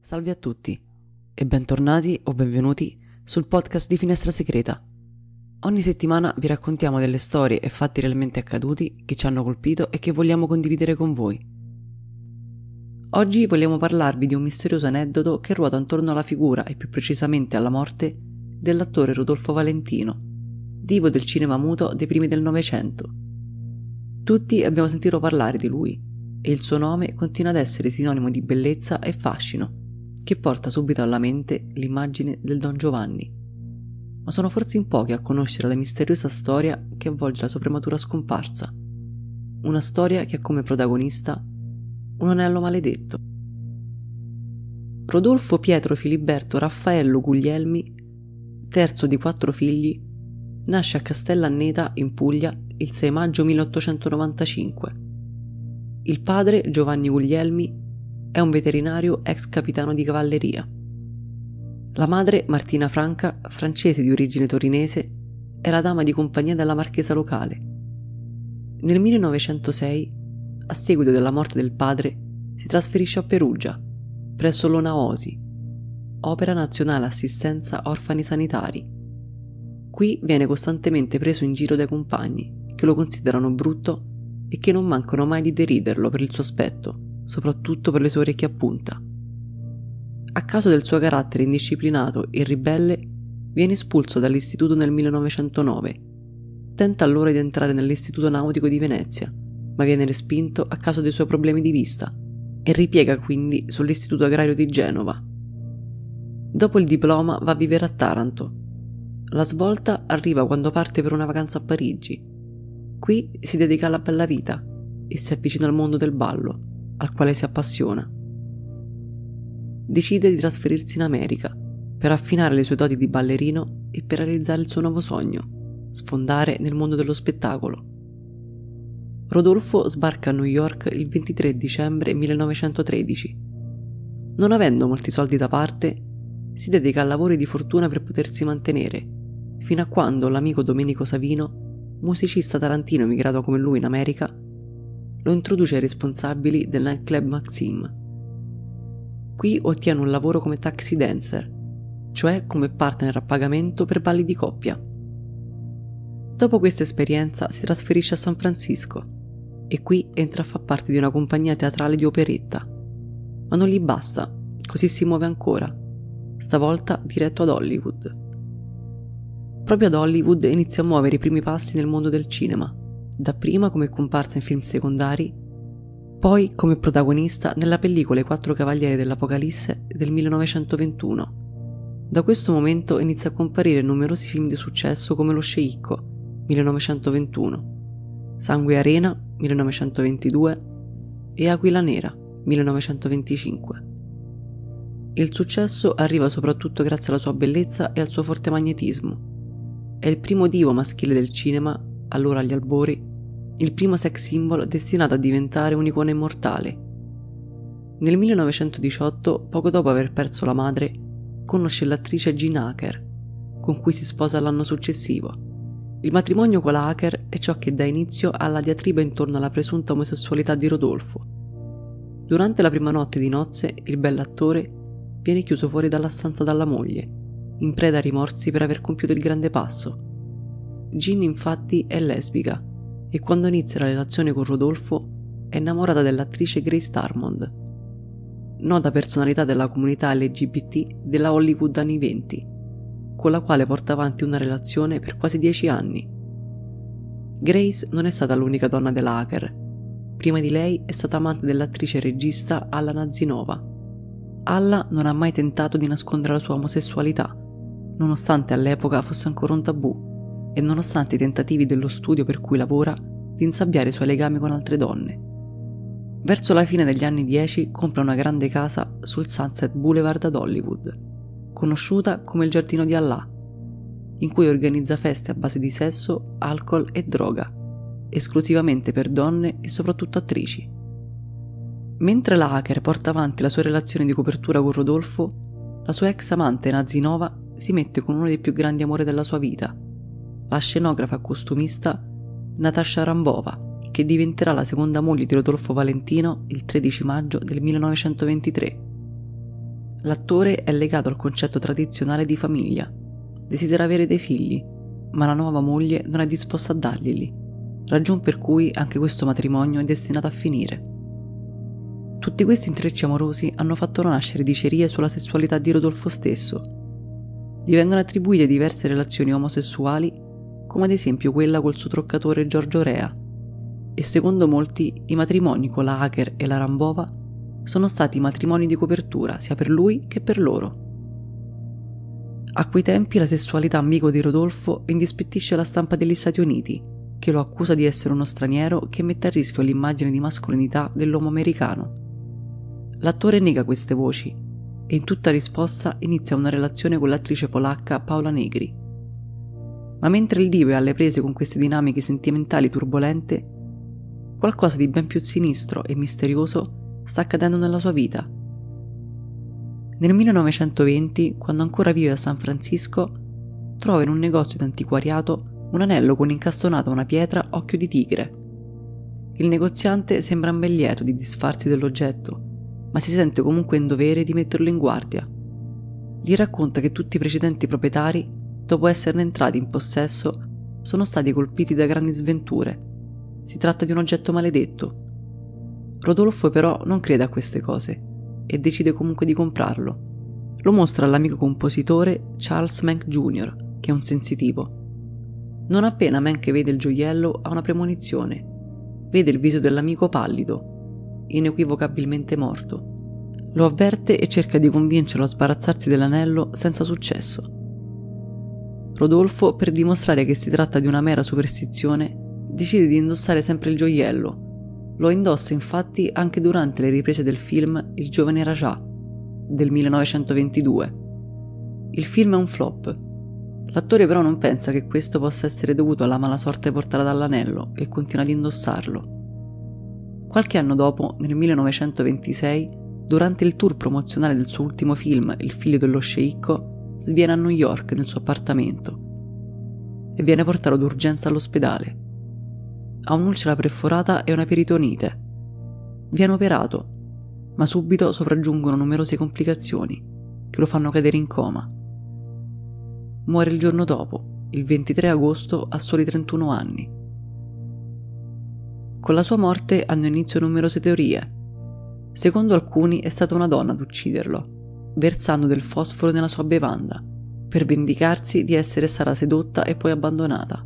Salve a tutti e bentornati o benvenuti sul podcast di Finestra Segreta. Ogni settimana vi raccontiamo delle storie e fatti realmente accaduti che ci hanno colpito e che vogliamo condividere con voi. Oggi vogliamo parlarvi di un misterioso aneddoto che ruota intorno alla figura e più precisamente alla morte dell'attore Rodolfo Valentino, divo del cinema muto dei primi del Novecento. Tutti abbiamo sentito parlare di lui e il suo nome continua ad essere sinonimo di bellezza e fascino, che porta subito alla mente l'immagine del Don Giovanni. Ma sono forse in pochi a conoscere la misteriosa storia che avvolge la sua prematura scomparsa. Una storia che ha come protagonista un anello maledetto. Rodolfo Pietro Filiberto Raffaello Guglielmi, terzo di 4 figli, nasce a Castellanneta in Puglia il 6 maggio 1895. Il padre, Giovanni Guglielmi, è un veterinario ex capitano di cavalleria. La madre, Martina Franca, francese di origine torinese, è la dama di compagnia della marchesa locale. Nel 1906, a seguito della morte del padre, si trasferisce a Perugia, presso l'ONAOSI, Opera Nazionale Assistenza Orfani Sanitari. Qui viene costantemente preso in giro dai compagni, che lo considerano brutto e che non mancano mai di deriderlo per il suo aspetto, soprattutto per le sue orecchie a punta. A causa del suo carattere indisciplinato e ribelle, viene espulso dall'istituto nel 1909. Tenta allora di entrare nell'Istituto Nautico di Venezia, ma viene respinto a causa dei suoi problemi di vista e ripiega quindi sull'Istituto Agrario di Genova. Dopo il diploma va a vivere a Taranto. La svolta arriva quando parte per una vacanza a Parigi. Qui si dedica alla bella vita e si avvicina al mondo del ballo, al quale si appassiona. Decide di trasferirsi in America per affinare le sue doti di ballerino e per realizzare il suo nuovo sogno, sfondare nel mondo dello spettacolo. Rodolfo sbarca a New York il 23 dicembre 1913. Non avendo molti soldi da parte, si dedica a lavori di fortuna per potersi mantenere, fino a quando l'amico Domenico Savino, musicista tarantino emigrato come lui in America, lo introduce ai responsabili del nightclub Maxim. Qui ottiene un lavoro come taxi dancer, cioè come partner a pagamento per balli di coppia. Dopo questa esperienza si trasferisce a San Francisco e qui entra a far parte di una compagnia teatrale di operetta. Ma non gli basta, così si muove ancora, stavolta diretto ad Hollywood. Proprio ad Hollywood inizia a muovere i primi passi nel mondo del cinema, dapprima come comparsa in film secondari, poi come protagonista nella pellicola I 4 Cavalieri dell'Apocalisse del 1921. Da questo momento inizia a comparire in numerosi film di successo come Lo sceicco, 1921, Sangue e Arena, 1922 e Aquila Nera, 1925. Il successo arriva soprattutto grazie alla sua bellezza e al suo forte magnetismo. È il primo divo maschile del cinema, allora agli albori, il primo sex symbol destinato a diventare un'icona immortale. Nel 1918, poco dopo aver perso la madre, conosce l'attrice Jean Acker, con cui si sposa l'anno successivo. Il matrimonio con la Acker è ciò che dà inizio alla diatriba intorno alla presunta omosessualità di Rodolfo. Durante la prima notte di nozze, il bell'attore viene chiuso fuori dalla stanza dalla moglie, in preda a rimorsi per aver compiuto il grande passo. Jean infatti è lesbica e quando inizia la relazione con Rodolfo è innamorata dell'attrice Grace Darmond, nota personalità della comunità LGBT della Hollywood anni 20, con la quale porta avanti una relazione per quasi 10 anni. Grace non è stata l'unica donna della Hacker. Prima di lei è stata amante dell'attrice e regista Alla Nazinova. Alla non ha mai tentato di nascondere la sua omosessualità, nonostante all'epoca fosse ancora un tabù e nonostante i tentativi dello studio per cui lavora di insabbiare i suoi legami con altre donne. Verso la fine degli anni 10 compra una grande casa sul Sunset Boulevard ad Hollywood, conosciuta come il Giardino di Allah, in cui organizza feste a base di sesso, alcol e droga, esclusivamente per donne e soprattutto attrici. Mentre la Hacker porta avanti la sua relazione di copertura con Rodolfo, la sua ex amante Nazinova si mette con uno dei più grandi amori della sua vita, la scenografa costumista Natasha Rambova, che diventerà la seconda moglie di Rodolfo Valentino il 13 maggio del 1923. L'attore è legato al concetto tradizionale di famiglia, desidera avere dei figli, ma la nuova moglie non è disposta a darglieli, ragion per cui anche questo matrimonio è destinato a finire. Tutti questi intrecci amorosi hanno fatto nascere dicerie sulla sessualità di Rodolfo stesso. Gli vengono attribuite diverse relazioni omosessuali, come ad esempio quella col suo truccatore Giorgio Rea, e secondo molti i matrimoni con la hacker e la Rambova sono stati matrimoni di copertura sia per lui che per loro. A quei tempi la sessualità ambigua di Rodolfo indispettisce la stampa degli Stati Uniti, che lo accusa di essere uno straniero che mette a rischio l'immagine di mascolinità dell'uomo americano. L'attore nega queste voci e in tutta risposta inizia una relazione con l'attrice polacca Paola Negri. Ma mentre il divo è alle prese con queste dinamiche sentimentali turbolente, qualcosa di ben più sinistro e misterioso sta accadendo nella sua vita. Nel 1920, quando ancora vive a San Francisco, trova in un negozio d'antiquariato un anello con incastonata una pietra occhio di tigre. Il negoziante sembra ben lieto di disfarsi dell'oggetto, ma si sente comunque in dovere di metterlo in guardia. Gli racconta che tutti i precedenti proprietari, dopo esserne entrati in possesso, sono stati colpiti da grandi sventure. Si tratta di un oggetto maledetto. Rodolfo però non crede a queste cose e decide comunque di comprarlo. Lo mostra all'amico compositore Charles Menck Jr., che è un sensitivo. Non appena Menck vede il gioiello ha una premonizione. Vede il viso dell'amico pallido, inequivocabilmente morto. Lo avverte e cerca di convincerlo a sbarazzarsi dell'anello senza successo. Rodolfo, per dimostrare che si tratta di una mera superstizione, decide di indossare sempre il gioiello. Lo indossa infatti anche durante le riprese del film Il giovane Rajah del 1922. Il film è un flop. L'attore però non pensa che questo possa essere dovuto alla mala sorte portata dall'anello e continua ad indossarlo. Qualche anno dopo, nel 1926, durante il tour promozionale del suo ultimo film Il figlio dello sceicco, sviene a New York nel suo appartamento e viene portato d'urgenza all'ospedale. Ha un'ulcera perforata e una peritonite. Viene operato, ma subito sopraggiungono numerose complicazioni che lo fanno cadere in coma. Muore il giorno dopo, il 23 agosto, a soli 31 anni. Con la sua morte hanno inizio numerose teorie. Secondo alcuni è stata una donna ad ucciderlo, versando del fosforo nella sua bevanda, per vendicarsi di essere stata sedotta e poi abbandonata.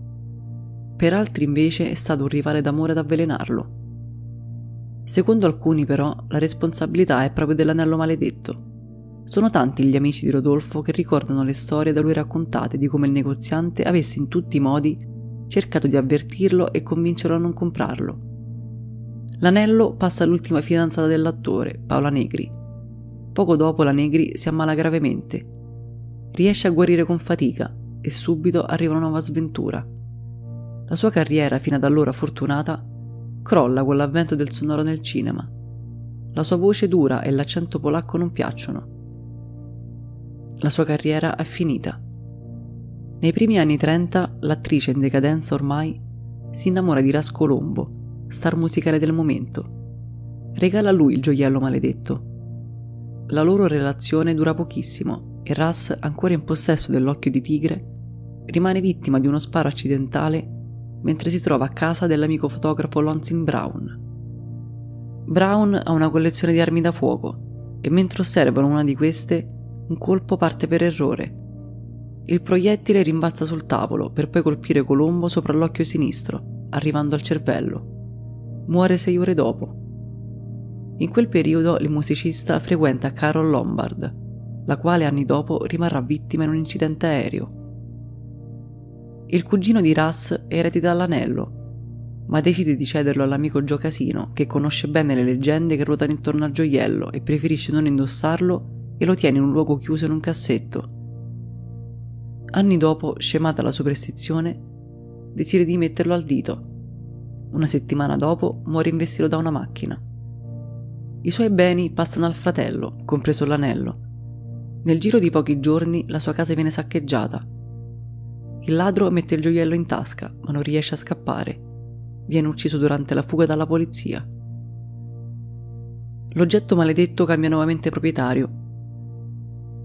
Per altri invece è stato un rivale d'amore ad avvelenarlo. Secondo alcuni però la responsabilità è proprio dell'anello maledetto. Sono tanti gli amici di Rodolfo che ricordano le storie da lui raccontate di come il negoziante avesse in tutti i modi cercato di avvertirlo e convincerlo a non comprarlo. L'anello passa all'ultima fidanzata dell'attore, Paola Negri. Poco dopo la Negri si ammala gravemente. Riesce a guarire con fatica e subito arriva una nuova sventura. La sua carriera, fino ad allora fortunata, crolla con l'avvento del sonoro nel cinema. La sua voce dura e l'accento polacco non piacciono. La sua carriera è finita. Nei primi anni 30, l'attrice in decadenza ormai si innamora di Ras Colombo, star musicale del momento. Regala a lui il gioiello maledetto. La loro relazione dura pochissimo e Ras, ancora in possesso dell'occhio di tigre, rimane vittima di uno sparo accidentale mentre si trova a casa dell'amico fotografo Lonsin Brown. Brown ha una collezione di armi da fuoco e mentre osservano una di queste, un colpo parte per errore. Il proiettile rimbalza sul tavolo per poi colpire Colombo sopra l'occhio sinistro, arrivando al cervello. Muore 6 ore dopo. In quel periodo il musicista frequenta Carole Lombard, la quale anni dopo rimarrà vittima in un incidente aereo. Il cugino di Ras eredita l'anello, ma decide di cederlo all'amico Joe Casino, che conosce bene le leggende che ruotano intorno al gioiello e preferisce non indossarlo e lo tiene in un luogo chiuso in un cassetto. Anni dopo, scemata la superstizione, decide di metterlo al dito. Una settimana dopo muore investito da una macchina. I suoi beni passano al fratello, compreso l'anello. Nel giro di pochi giorni la sua casa viene saccheggiata. Il ladro mette il gioiello in tasca, ma non riesce a scappare. Viene ucciso durante la fuga dalla polizia. L'oggetto maledetto cambia nuovamente proprietario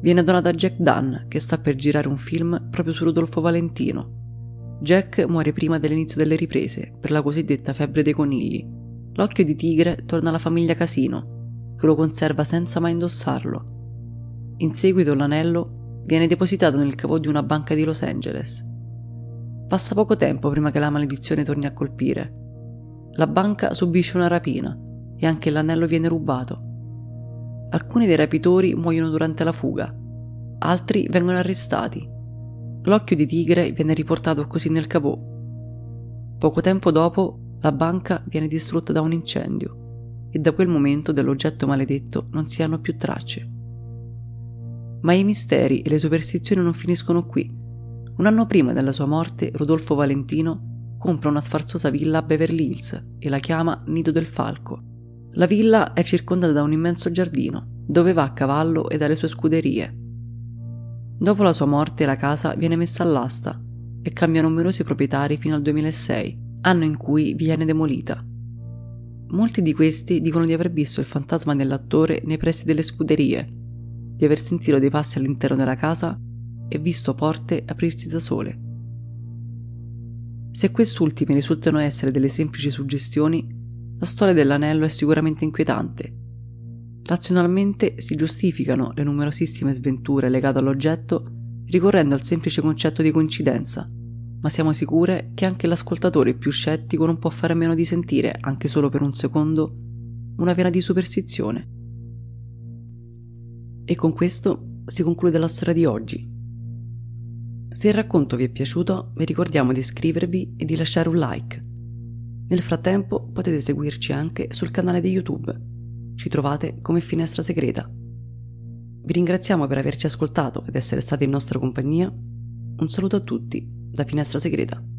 viene donata a Jack Dunn, che sta per girare un film proprio su Rodolfo Valentino. Jack muore prima dell'inizio delle riprese per la cosiddetta febbre dei conigli. L'occhio di tigre torna alla famiglia Casino, che lo conserva senza mai indossarlo. In seguito l'anello viene depositato nel caveau di una banca di Los Angeles. Passa poco tempo prima che la maledizione torni a colpire. La banca subisce una rapina e anche l'anello viene rubato. Alcuni dei rapitori muoiono durante la fuga, altri vengono arrestati. L'occhio di tigre viene riportato così nel caveau. Poco tempo dopo, la banca viene distrutta da un incendio e da quel momento dell'oggetto maledetto non si hanno più tracce. Ma i misteri e le superstizioni non finiscono qui. Un anno prima della sua morte, Rodolfo Valentino compra una sfarzosa villa a Beverly Hills e la chiama Nido del Falco. La villa è circondata da un immenso giardino, dove va a cavallo e dalle sue scuderie. Dopo la sua morte la casa viene messa all'asta e cambia numerosi proprietari fino al 2006, anno in cui viene demolita. Molti di questi dicono di aver visto il fantasma dell'attore nei pressi delle scuderie, di aver sentito dei passi all'interno della casa e visto porte aprirsi da sole. Se quest'ultime risultano essere delle semplici suggestioni, la storia dell'anello è sicuramente inquietante. Razionalmente si giustificano le numerosissime sventure legate all'oggetto ricorrendo al semplice concetto di coincidenza, ma siamo sicure che anche l'ascoltatore più scettico non può fare a meno di sentire, anche solo per un secondo, una vena di superstizione. E con questo si conclude la storia di oggi. Se il racconto vi è piaciuto, vi ricordiamo di iscrivervi e di lasciare un like. Nel frattempo potete seguirci anche sul canale di YouTube. Ci trovate come Finestra Segreta. Vi ringraziamo per averci ascoltato ed essere stati in nostra compagnia. Un saluto a tutti da Finestra Segreta.